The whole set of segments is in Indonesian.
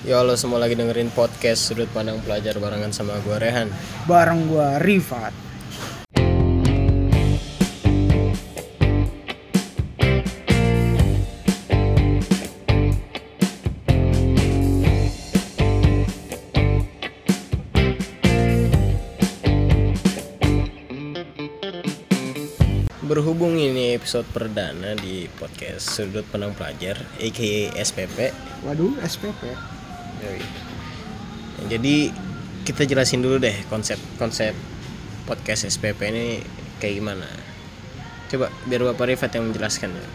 Ya lo semua lagi dengerin podcast Sudut Pandang Pelajar barengan sama gue Rehan. Bareng gua Rifat. Berhubung ini episode perdana di podcast Sudut Pandang Pelajar aka SPP. Waduh, SPP. Yoi. Jadi kita jelasin dulu deh konsep podcast SPP ini kayak gimana. Coba biar Bapak Rifat yang menjelaskan ya.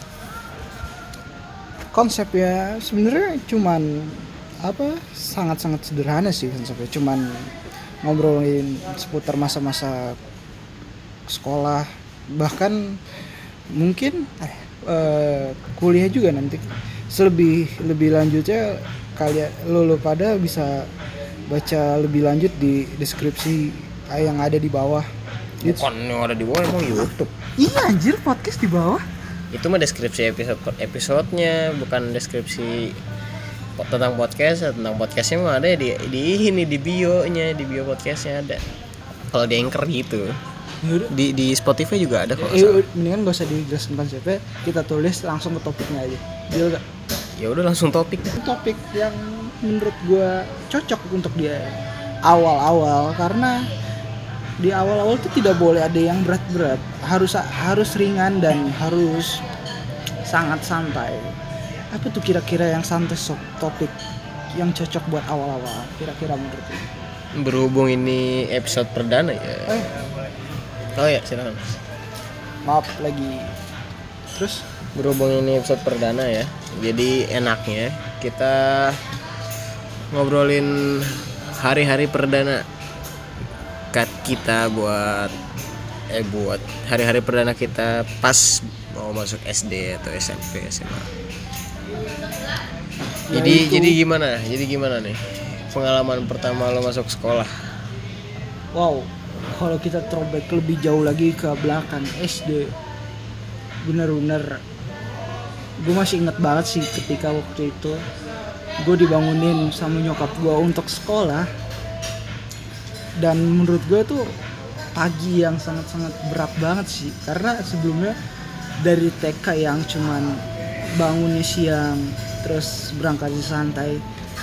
Konsepnya sebenarnya cuman sangat-sangat sederhana sih konsepnya. Cuman ngobrolin seputar masa-masa sekolah, bahkan mungkin kuliah juga nanti. Lebih lanjutnya kalian lo pada bisa baca lebih lanjut di deskripsi yang ada di bawah. Bukan yang ada di bawah emang YouTube. Iya anjir, podcast di bawah. Itu mah deskripsi episodenya, bukan deskripsi tentang podcast. Tentang podcastnya mah ada di bio-nya, di bio podcastnya ada. Kalau di Anchor gitu. Di Spotify juga ada kok. Mendingan gak usah dijelasin konsepnya, kita tulis langsung ke topiknya aja. Deal gak? Ya udah langsung topik. Topik yang menurut gue cocok untuk dia awal-awal, karena di awal-awal tuh tidak boleh ada yang berat-berat, harus ringan dan harus sangat santai. Apa tuh kira-kira yang santai topik yang cocok buat awal-awal kira-kira menurut lu? Berhubung ini episode perdana ya. Oh ya, silakan. Maaf lagi. Terus berhubung ini episode perdana ya, jadi enaknya kita ngobrolin hari-hari perdana kita buat hari-hari perdana kita pas mau masuk SD atau SMP, SMA. Jadi gimana nih pengalaman pertama lo masuk sekolah? Wow, kalau kita throwback lebih jauh lagi ke belakang SD, bener-bener gue masih inget banget sih ketika waktu itu gue dibangunin sama nyokap gue untuk sekolah. Dan menurut gue tuh pagi yang sangat-sangat berat banget sih, karena sebelumnya dari TK yang cuman bangunnya siang terus berangkatnya santai,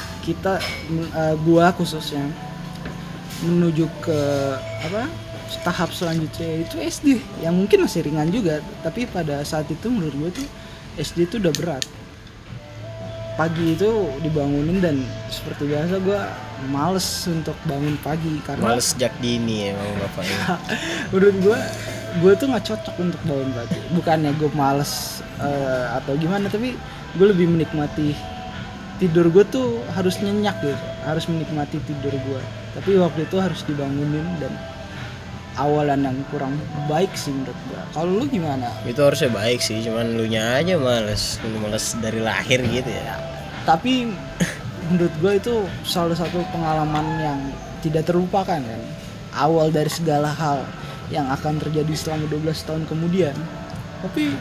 gua khususnya menuju ke tahap selanjutnya itu SD yang mungkin masih ringan juga, tapi pada saat itu menurut gue tuh SD itu udah berat. Pagi itu dibangunin dan seperti biasa gue males untuk bangun pagi karena males sejak dini ya emang bapaknya. Menurut gue tuh nggak cocok untuk bangun pagi. Bukannya gue males atau gimana, tapi gue lebih menikmati tidur gue tuh harus nyenyak gitu, harus menikmati tidur gue. Tapi waktu itu harus dibangunin dan awalan yang kurang baik sih menurut gue. Kalau lu gimana? Itu harusnya baik sih, cuman lu nya aja males dari lahir gitu ya. Tapi menurut gue itu salah satu pengalaman yang tidak terlupakan kan. Awal dari segala hal yang akan terjadi selama 12 tahun kemudian. Tapi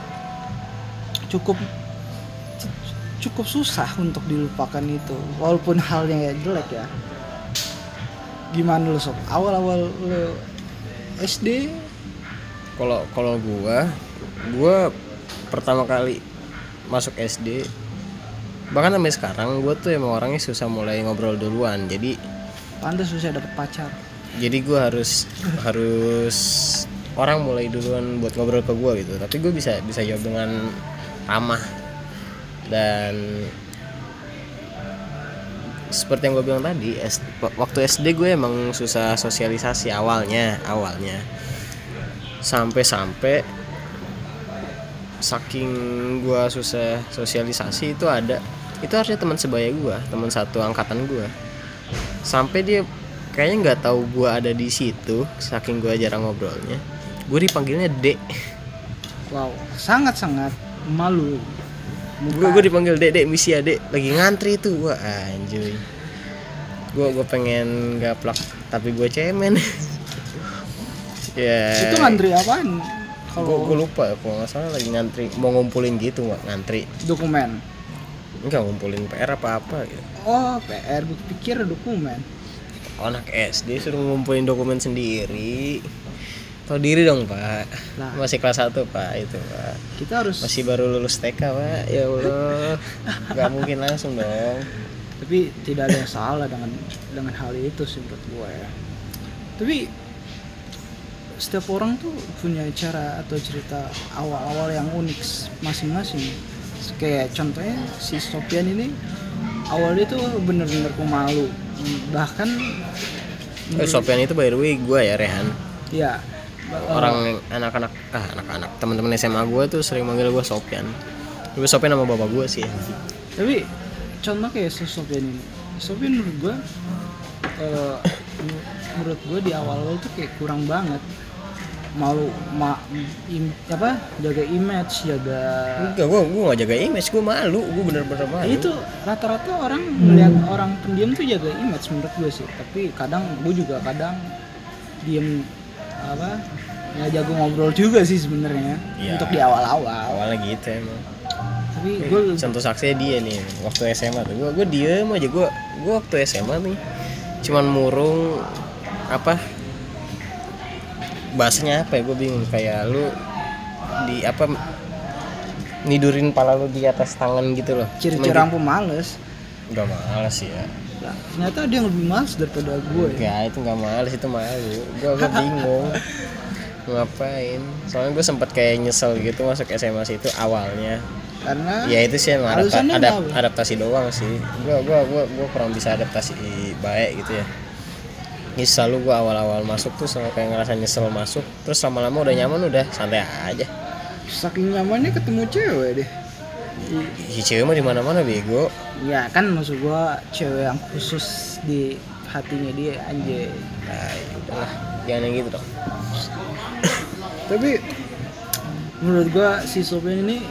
cukup susah untuk dilupakan itu, walaupun halnya jelek ya. Gimana lu Sob? Awal-awal lu SD? Kalau gua pertama kali masuk SD, bahkan sampai sekarang gua tuh emang orangnya susah mulai ngobrol duluan. Jadi pantas susah dapet pacar. Jadi gua harus orang mulai duluan buat ngobrol ke gua gitu. Tapi gua bisa jawab dengan ramah. Dan seperti yang gue bilang tadi, waktu SD gue emang susah sosialisasi awalnya. Sampai saking gue susah sosialisasi itu harusnya teman sebaya gue, teman satu angkatan gue. Sampai dia kayaknya nggak tahu gue ada di situ, saking gue jarang ngobrolnya. Gue dipanggilnya Dek. Wow, sangat-sangat malu. Gue dipanggil Dek, misi ya Dek, lagi ngantri tuh. Wah anjay, gue pengen gaplak tapi gue cemen. Ya itu ngantri apaan? Gue lupa, kalau nggak salah lagi ngantri mau ngumpulin gitu, ngantri dokumen. Enggak ngumpulin PR apa gitu. Oh, PR, gue pikir dokumen. Anak SD suruh ngumpulin dokumen sendiri. Tahu diri dong pak. Lah. Masih kelas 1 pak itu pak. Kita harus. Masih baru lulus TK pak. Ya Allah. Gak mungkin langsung dong. Tapi tidak ada yang salah dengan hal itu sih menurut gue ya. Tapi setiap orang tuh punya cara atau cerita awal-awal yang unik masing-masing. Kayak contohnya si Sofian ini awalnya tuh bener-bener pemalu. Bahkan Sofian itu by the way gue ya Rehan. ya Orang anak-anak teman-teman SMA gue tuh sering manggil gue Sofian. Gue Sofian sama bapak gue sih. Tapi contoh kayak Sofian ini. Sofian menurut gue di awal-awal tuh kayak kurang banget. Malu jaga image, jaga. Enggak, gue gak jaga image, gue malu, gue bener-bener malu. Itu rata-rata orang melihat orang pendiam tuh jaga image menurut gue sih. Tapi gue juga kadang diem nggak jago ngobrol juga sih sebenarnya Ya, untuk di awal-awal. Awalnya gitu emang. Tapi gue contoh saksinya dia nih waktu SMA tuh, gue diem aja, gue waktu SMA nih cuman murung bahasanya apa ya, gue bingung, kayak lu di nidurin pala lu di atas tangan gitu loh. ciri-ciri orang pemalas. Gak malas sih ya. Lah, ternyata ada yang lebih malas daripada gue. Enggak, itu gak malas, itu malu. Gue bingung ngapain. Soalnya gue sempet kayak nyesel gitu masuk SMA situ awalnya. Karena Ya itu sih emang alasannya adaptasi doang sih. Gue kurang bisa adaptasi baik gitu ya. Ini selalu gue awal-awal masuk tuh selalu kayak ngerasa nyesel masuk, terus lama-lama udah nyaman, udah santai aja. saking nyamannya ketemu cewek deh. Si cewek mah di mana-mana bego. Ya kan maksud gue cewek yang khusus di hatinya dia anjay. Nah, udahlah, jangan yang gitu dong. Tapi menurut gue si Sofian ini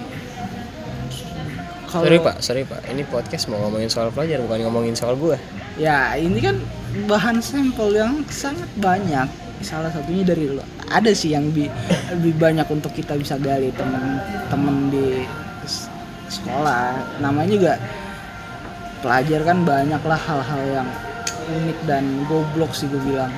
Sorry pak, ini podcast mau ngomongin soal pelajar, bukan ngomongin soal gue. Ya ini kan bahan sampel yang sangat banyak. Salah satunya dari lo. Ada sih yang lebih banyak untuk kita bisa gali temen di sekolah. Namanya juga pelajar kan banyak lah hal-hal yang unik dan goblok sih gue bilang.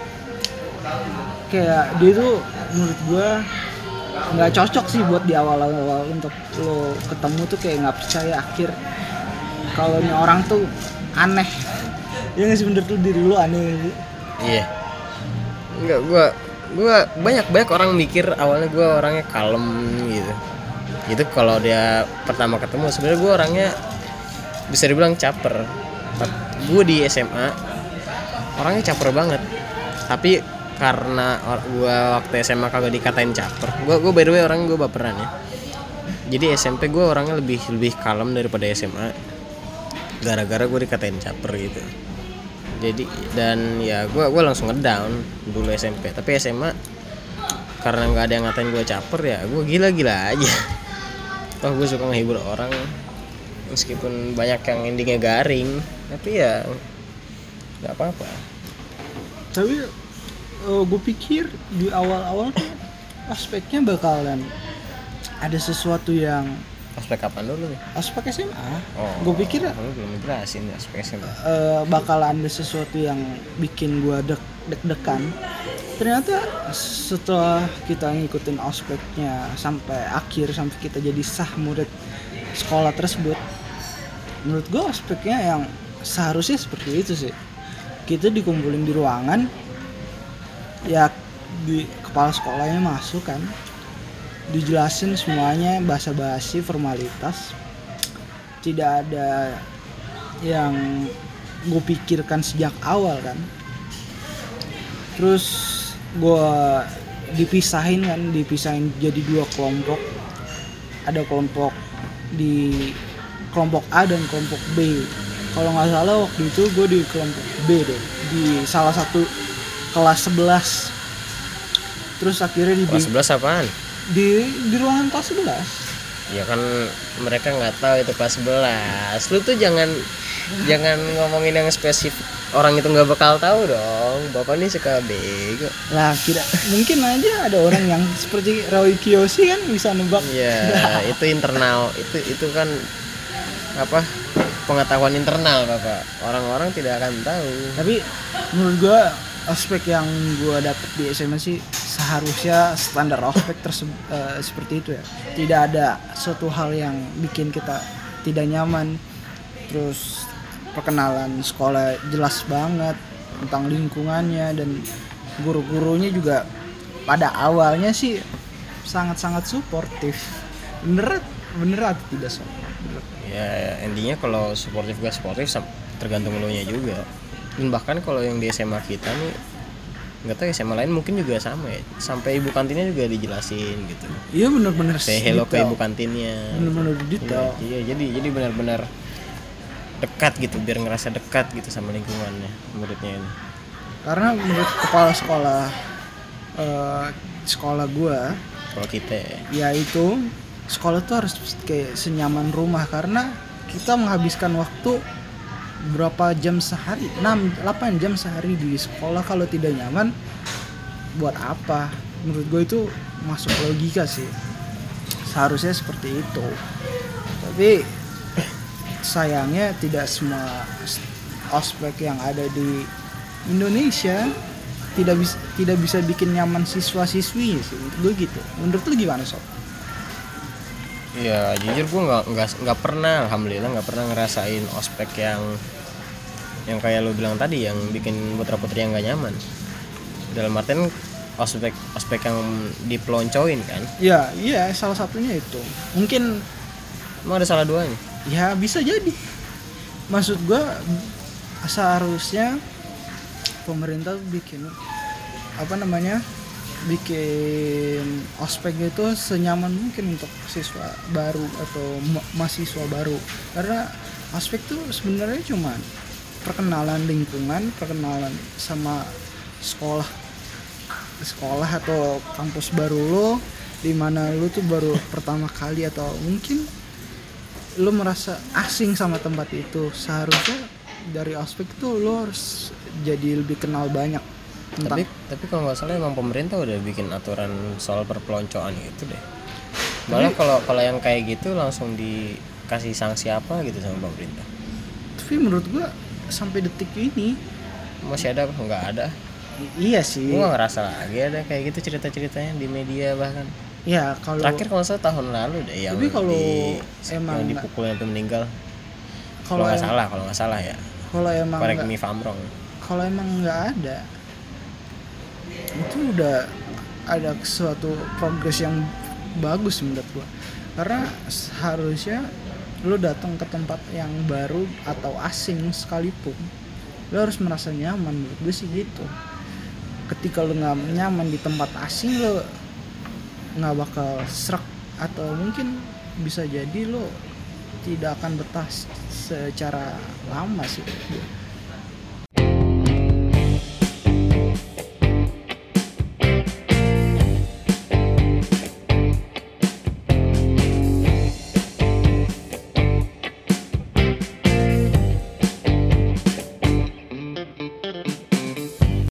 Kayak dia tuh menurut gue nggak cocok sih buat di awal-awal untuk lo ketemu tuh, kayak nggak percaya akhir kalau nih orang tuh aneh. Ya nggak sih, bener tuh diri lo aneh. Iya. Enggak, gue banyak orang mikir awalnya gue orangnya kalem gitu. Itu kalau dia pertama ketemu, sebenarnya gue orangnya bisa dibilang caper. Gue di SMA orangnya caper banget. Tapi karena gue waktu SMA kagak dikatain caper, gue by the way orang gue baperan ya. Jadi SMP gue orangnya lebih kalem daripada SMA. Gara-gara gue dikatain caper gitu. Jadi dan ya gue langsung ngedown dulu SMP. Tapi SMA karena nggak ada yang ngatain gue caper, ya gue gila aja. Toh gue suka ngehibur orang meskipun banyak yang endingnya garing, tapi ya nggak apa-apa. Tapi gue pikir di awal-awal tuh aspeknya bakalan ada sesuatu yang Aspek kapan dulu nih? aspek SMA. Oh, Gue pikir lu belum jelasin aspek SMA. bakalan ada sesuatu yang bikin gue deg-degan. Ternyata setelah kita ngikutin aspeknya sampai akhir, sampai kita jadi sah murid sekolah tersebut, menurut gue aspeknya yang seharusnya seperti itu sih. Kita dikumpulin di ruangan, ya di kepala sekolahnya masuk kan, dijelasin semuanya, basa-basi, formalitas, tidak ada yang gue pikirkan sejak awal kan. Terus gue dipisahin jadi 2 kelompok. Ada kelompok A dan kelompok B. Kalau nggak salah waktu itu gue di kelompok B deh, di salah satu kelas 11. Terus akhirnya Kelas 11 apaan? di ruangan kelas 11. Ya kan mereka nggak tahu itu kelas 11. Lu tuh jangan ngomongin yang spesifik, orang itu nggak bakal tahu dong. Bapak ini suka bego Lah tidak mungkin aja ada orang yang seperti Roy Kiyoshi kan bisa nebak. ya. Itu internal, itu kan apa pengetahuan internal Bapak. Orang-orang tidak akan tahu. Tapi menurut gue ospek yang gue dapet di SMA sih seharusnya standar ospek seperti itu ya. Tidak ada suatu hal yang bikin kita tidak nyaman. Terus perkenalan sekolah jelas banget tentang lingkungannya, dan guru-gurunya juga pada awalnya sih sangat-sangat suportif. Bener atau tidak Sob? Ya intinya kalau suportif gak suportif tergantung lo nya juga. Dan bahkan kalau yang di SMA kita nih, nggak tahu SMA lain mungkin juga sama ya, sampai ibu kantinnya juga dijelasin gitu. Iya benar-benar say hello ke ibu kantinnya, benar-benar detail. Iya jadi benar-benar dekat gitu, biar ngerasa dekat gitu sama lingkungannya muridnya ini. Karena menurut kepala sekolah gua, kalau kita ya itu sekolah tuh harus kayak senyaman rumah, karena kita menghabiskan waktu berapa jam sehari, 6-8 jam sehari di sekolah. Kalau tidak nyaman buat apa? Menurut gue itu masuk logika sih, seharusnya seperti itu. Tapi sayangnya tidak semua ospek yang ada di Indonesia tidak bisa bikin nyaman siswa-siswinya sih. Menurut gue gitu. Menurut lu gimana Sob? Ya jujur gue nggak pernah, alhamdulillah nggak pernah ngerasain ospek yang kayak lo bilang tadi, yang bikin putra-putri yang nggak nyaman. Dalam artian ospek yang dipeloncoin kan? Iya salah satunya itu. Mungkin emang ada salah duanya? Ya bisa jadi. Maksud gue seharusnya pemerintah bikin bikin ospek itu senyaman mungkin untuk siswa baru atau mahasiswa baru. Karena ospek tuh sebenarnya cuma perkenalan lingkungan, perkenalan sama sekolah atau kampus baru lo, di mana lo tuh baru pertama kali atau mungkin lo merasa asing sama tempat itu. Seharusnya dari ospek tuh lo harus jadi lebih kenal banyak tentang. Tapi kalau nggak salah emang pemerintah udah bikin aturan soal perpeloncoan itu deh. Malah kalau yang kayak gitu langsung dikasih sanksi apa gitu sama pemerintah. Tapi menurut gua sampai detik ini masih ada apa? Nggak ada. Iya sih. Gua nggak ngerasa lagi ada kayak gitu cerita-ceritanya di media bahkan. Ya kalau terakhir kalau saya tahun lalu deh yang emang yang dipukul sampai meninggal. Kalau nggak salah ya. Kalau emang correct me if I'm wrong. Kalau emang nggak ada, itu udah ada suatu progres yang bagus menurut gua. Karena seharusnya lo datang ke tempat yang baru atau asing sekalipun, lo harus merasa nyaman. Menurut gue sih gitu. Ketika lo nggak nyaman di tempat asing, lo nggak bakal serak, atau mungkin bisa jadi lo tidak akan betah secara lama sih.